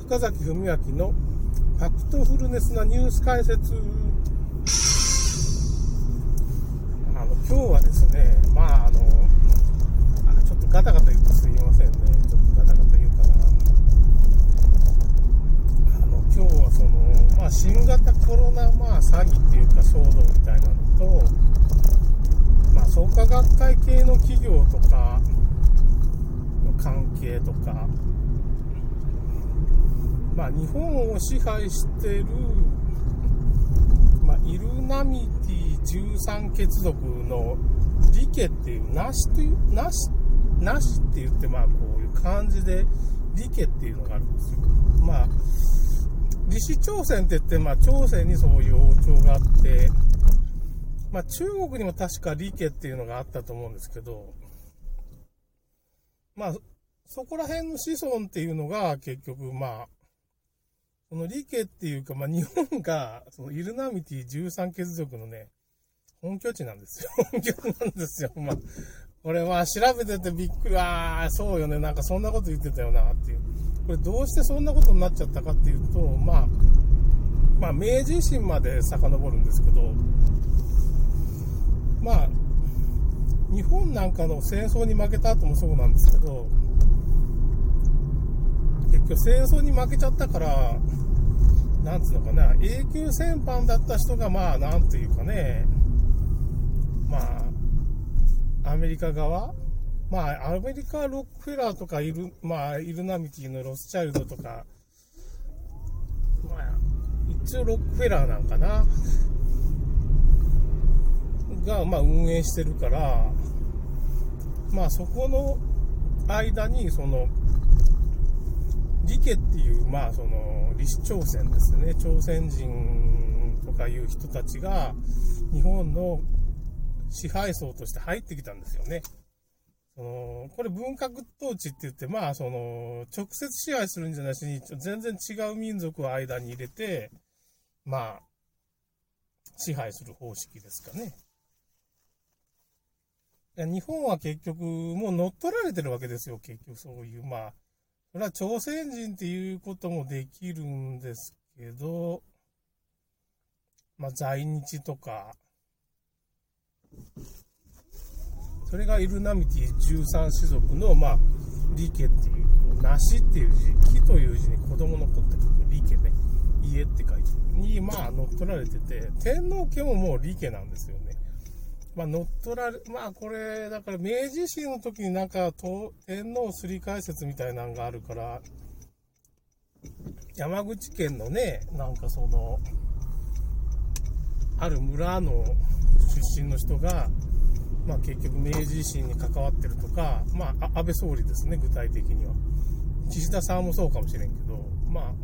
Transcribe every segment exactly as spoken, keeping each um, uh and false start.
岡崎文明のファクトフルネスなニュース解説。あの今日はですね、まああのあちょっとガタガタ言ってすみませんね。ちょっとガタガタ言うかな。あの今日はそのまあ新型コロナまあ詐欺っていうか騒動みたいなのと、まあ創価学会系の企業とかの関係とか。まあ、日本を支配している、まあ、イルナミティじゅうさん血族のリケっていう、なしという、なし、なしって言って、まあ、こういう漢字でリケっていうのがあるんですよ。まあ、李氏朝鮮って言って、まあ、朝鮮にそういう王朝があって、まあ、中国にも確かリケっていうのがあったと思うんですけど、まあ、そこら辺の子孫っていうのが結局、まあ、このリケっていうか、まあ、日本が、そのイルナミティじゅうさん血族のね、本拠地なんですよ。本拠地なんですよ。まあ、これは調べててびっくり、ああ、そうよね、なんかそんなこと言ってたよな、っていう。これどうしてそんなことになっちゃったかっていうと、まあ、まあ、明治維新まで遡るんですけど、まあ、日本なんかの戦争に負けた後もそうなんですけど、結局戦争に負けちゃったから、なんつうのかな、永久戦犯だった人が、まあ、なんていうかね、まあ、アメリカ側、まあ、アメリカロックフェラーとかいる、まあ、イルナミティのロスチャイルドとか、まあ、一応ロックフェラーなんかな、が、まあ、運営してるから、まあ、そこの間に、その、リケっていう、まあ、その、李氏朝鮮ですね。朝鮮人とかいう人たちが、日本の支配層として入ってきたんですよね。その、これ文革統治って言って、まあ、その、直接支配するんじゃなしに、全然違う民族を間に入れて、まあ、支配する方式ですかね。いや、日本は結局、もう乗っ取られてるわけですよ。結局、そういう、まあ、これは朝鮮人っていうこともできるんですけど、まあ在日とか、それがイルナミティじゅうさん氏族の、まあ、リケっていう、梨っていう字、木という字に子供の子って書くリケね、家って書いてるに、まあ乗っ取られてて、天皇家ももうリケなんですよね。まあ乗っ取られ、まあこれ、だから明治維新の時になんか天皇すり解説みたいなのがあるから、山口県のね、なんかその、ある村の出身の人が、まあ結局明治維新に関わってるとか、まあ安倍総理ですね、具体的には。岸田さんもそうかもしれんけど、まあ、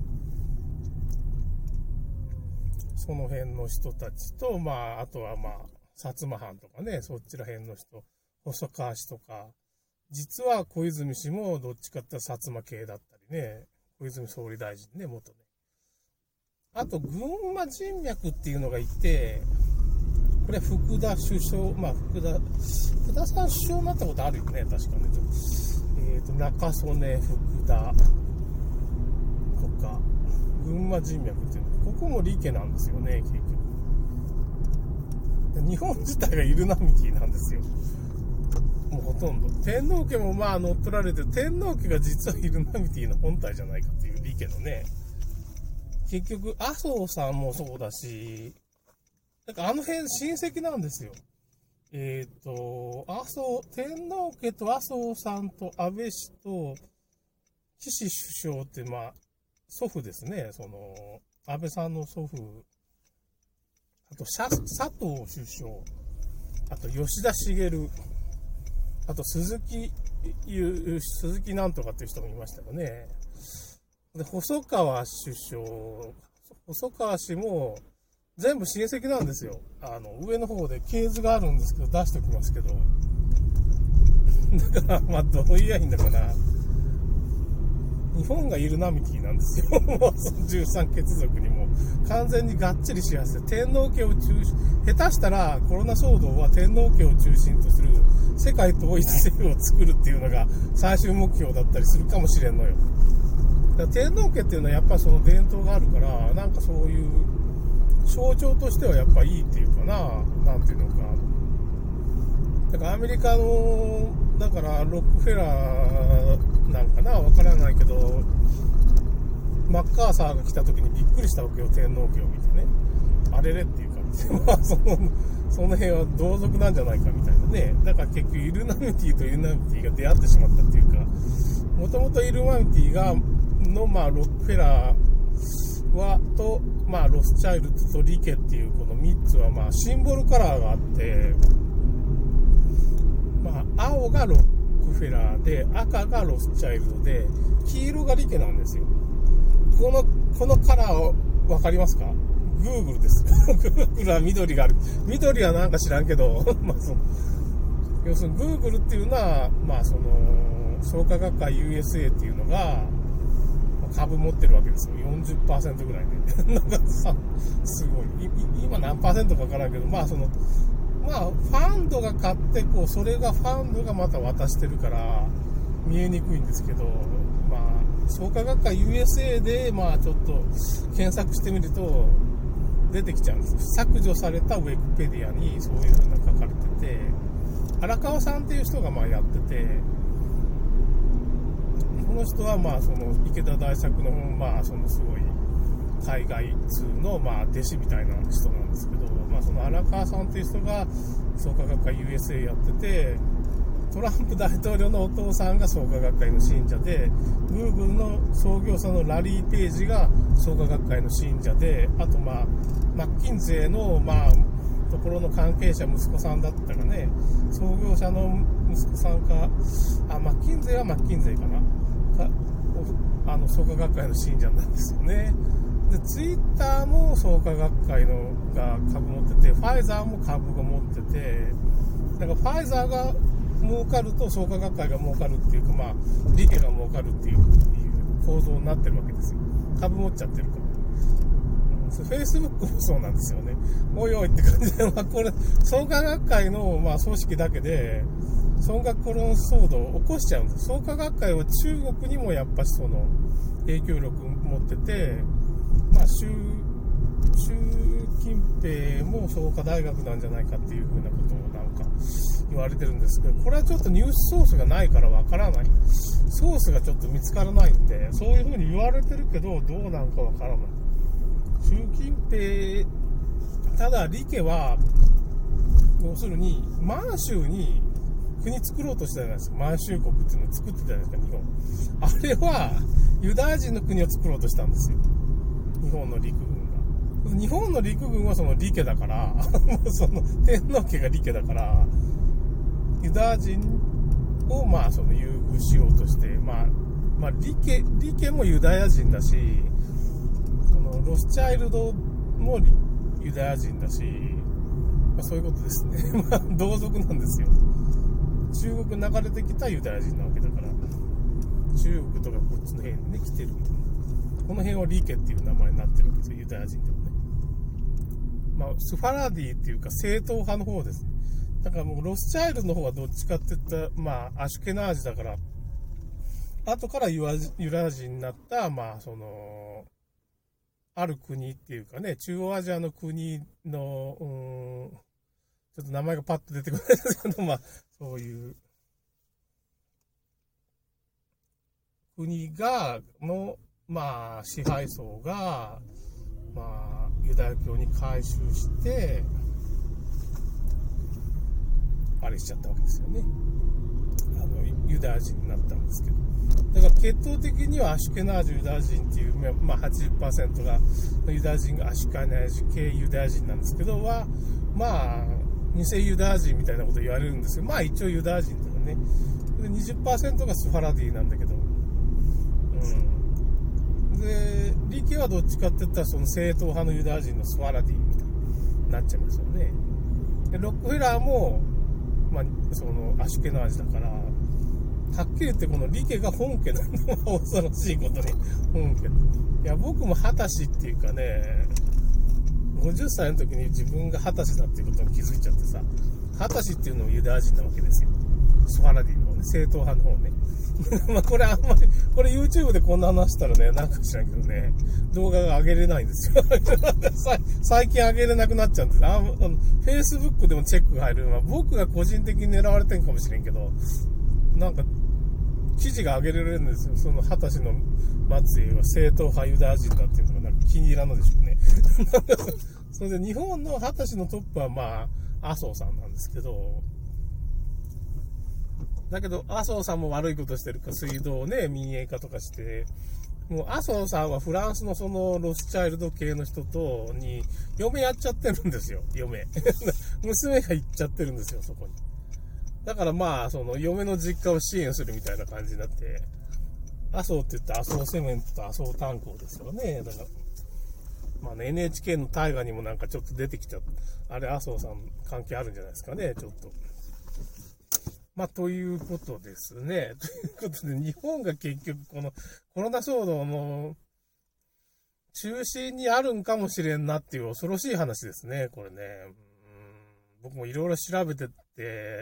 その辺の人たちと、まああとはまあ、薩摩藩とかね、そっちら辺の人、細川氏とか、実は小泉氏もどっちかっていうと薩摩系だったりね、小泉総理大臣ね、元ね。あと、群馬人脈っていうのがいて、これ福田首相、まあ福田、福田さん首相になったことあるよね、確かね。えっと、中曽根福田とか、群馬人脈っていうの、ここもリケなんですよね、結局。日本自体がイルナミティなんですよ。もうほとんど。天皇家もまあ乗っ取られて、天皇家が実はイルナミティの本体じゃないかっていう理家のね。結局、麻生さんもそうだし、なんかあの辺親戚なんですよ。えっと、麻生、天皇家と麻生さんと安倍氏と岸首相ってまあ、祖父ですね。その、安倍さんの祖父。あと、佐藤首相、あと、吉田茂、あと、鈴木、鈴木なんとかっていう人もいましたよね。で、細川首相、細川氏も、全部親戚なんですよ。あの、上の方で系図があるんですけど、出しておきますけど。だから、まあ、どう言えばいいんだかな。日本がイルナミティなんですよ。もうそのじゅうさん血族にも完全にがっちりし始めて、天皇家を中心、下手したらコロナ騒動は天皇家を中心とする世界統一制を作るっていうのが最終目標だったりするかもしれんのよ。 だから天皇家っていうのはやっぱりその伝統があるから、なんかそういう象徴としてはやっぱいいっていうかな、なんていうのか。だからアメリカの、だからロックフェラーなんかな、わからないけど、マッカーサーが来た時にびっくりしたわけよ、天皇家を見てね。あれれっていう感じで、まあその、その辺は同族なんじゃないかみたいなね。だから結局イルナミティとイルナミティが出会ってしまったっていうか、もともとイルナミティが、の、まあロックフェラーは、と、まあロスチャイルドとリケっていうこのみっつはまあシンボルカラーがあって、まあ青がロックフェラーで、赤がロスチャイルドで、黄色がリケなんですよ。この、このカラーわかりますか？Google です。Google は緑がある。緑はなんか知らんけど、まあその、要するに Google っていうのは、まあその、創価学会 ユーエスエー っていうのが、株持ってるわけですよ。よんじゅっパーセント ぐらいで。なんかさ、すごい。今何パーセントかわからんけど、まあその、まあファンドが買って、こう、それがファンドがまた渡してるから、見えにくいんですけど、まあ、創価学会 ユーエスエー で、まあちょっと検索してみると、出てきちゃうんです。削除されたウィキペディアにそういう風な書かれてて、荒川さんっていう人がまあやってて、この人はまあその池田大作のまあそのすごい海外通のまあ弟子みたいな人なんですけど、まあその荒川さんっていう人が創価学会 ユーエスエー やってて、トランプ大統領のお父さんが創価学会の信者で、Google の創業者のラリー・ページが創価学会の信者で、あとまあマッキンゼーのまあところの関係者、息子さんだったかね、創業者の息子さんか、あ、マッキンゼーはマッキンゼーかな、かあの創価学会の信者なんですよね。で、ツイッターも創価学会のが株持ってて、ファイザーも株が持ってて、だからファイザーが儲かると創価学会が儲かるっていうか、まあリケが儲かるっていう構造になってるわけですよ。株持っちゃってるから。フェイスブックもそうなんですよね。おいおいって感じで、まあこれ、創価学会のまあ組織だけで、創価コロン騒動を起こしちゃうんです。創価学会は中国にもやっぱしその影響力持ってて、まあ習、習近平も創価大学なんじゃないかっていうふうなことをなんか言われてるんですけど、これはちょっとニュースソースがないからわからない。ソースがちょっと見つからないんで、そういうふうに言われてるけど、どうなんかわからない。習近平、ただ、李家は、要するに、満州に国作ろうとしたじゃないですか。満州国っていうのを作ってたじゃないですか、日本。あれは、ユダヤ人の国を作ろうとしたんですよ。日本の陸軍が。日本の陸軍はその李家だから、その天皇家が李家だから、ユダヤ人をまあその優遇しようとして、まあ、まあ李家、李家もユダヤ人だし、ロスチャイルドもユダヤ人だし、まあ、そういうことですね。まあ、同族なんですよ。中国に流れてきたユダヤ人なわけだから、中国とかこっちの辺にね、来てる。この辺はリケっていう名前になってるんですよ、ユダヤ人でもね。まあ、スファラディっていうか正統派の方です。だからもうロスチャイルドの方はどっちかって言ったら、まあ、アシュケナージだから、後からユダヤ人になった、まあ、その、ある国っていうかね、中央アジアの国の、うーん、ちょっと名前がパッと出てこないですけど、まあ、そういう国が、の、まあ、支配層が、まあ、ユダヤ教に改宗して、あれしちゃったわけですよね。あの、ユダヤ人になったんですけど。だから血統的にはアシュケナージュユダヤ人っていう、まあ はちじゅっパーセント がユダヤ人がアシュケナージュ系ユダヤ人なんですけどは、まあ偽ユダヤ人みたいなこと言われるんですけど、まあ一応ユダヤ人とかね。で にじゅっパーセント がスファラディなんだけど、うん。で、リケはどっちかって言ったらその正統派のユダヤ人のスファラディみたいになっちゃいますよね。で、ロックフェラーも、まあそのアシュケナージだから、はっきり言ってこのリケが本家なのは恐ろしいことに本家。いや僕も二十歳っていうかね、ごじゅっさいの時に自分が二十歳だっていうことに気づいちゃってさ、二十歳っていうのもユダヤ人なわけですよ。スファラディの方ね、正統派の方ね。 まあこれあんまり、これ YouTube でこんな話したらね、なんか知らんけどね、動画が上げれないんですよ。最近上げれなくなっちゃうんです。ああの Facebook でもチェックが入る。まあ、僕が個人的に狙われてんかもしれんけど、なんか、記事が上げられるんですよ。その二十歳の末裔は正統派ユダヤ人だっていうのがなんか気に入らんのでしょうね。それで日本の二十歳のトップはまあ、麻生さんなんですけど、だけど、麻生さんも悪いことしてるか、水道をね、民営化とかして、もう麻生さんはフランスのそのロスチャイルド系の人とに、嫁やっちゃってるんですよ、嫁。娘が行っちゃってるんですよ、そこに。だからまあ、その嫁の実家を支援するみたいな感じになって、麻生って言ったら麻生セメントと麻生炭鉱ですよね。だから、まあね、エヌエイチケー の大河にもなんかちょっと出てきちゃった。あれ、麻生さん関係あるんじゃないですかね、ちょっと。まあ、ということですね。ということで、日本が結局このコロナ騒動の中心にあるんかもしれんなっていう恐ろしい話ですね、これね。うん、僕もいろいろ調べてって、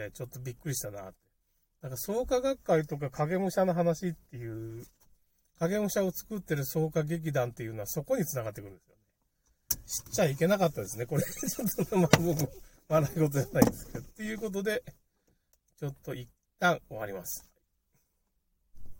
ちょっとびっくりしたなって。なんか創価学会とか影武者の話っていう、影武者を作ってる創価劇団っていうのはそこに繋がってくるんですよね。知っちゃいけなかったですね、これ。ちょっと、まあ僕、笑い事じゃないんですけど。ということで、ちょっと一旦終わります。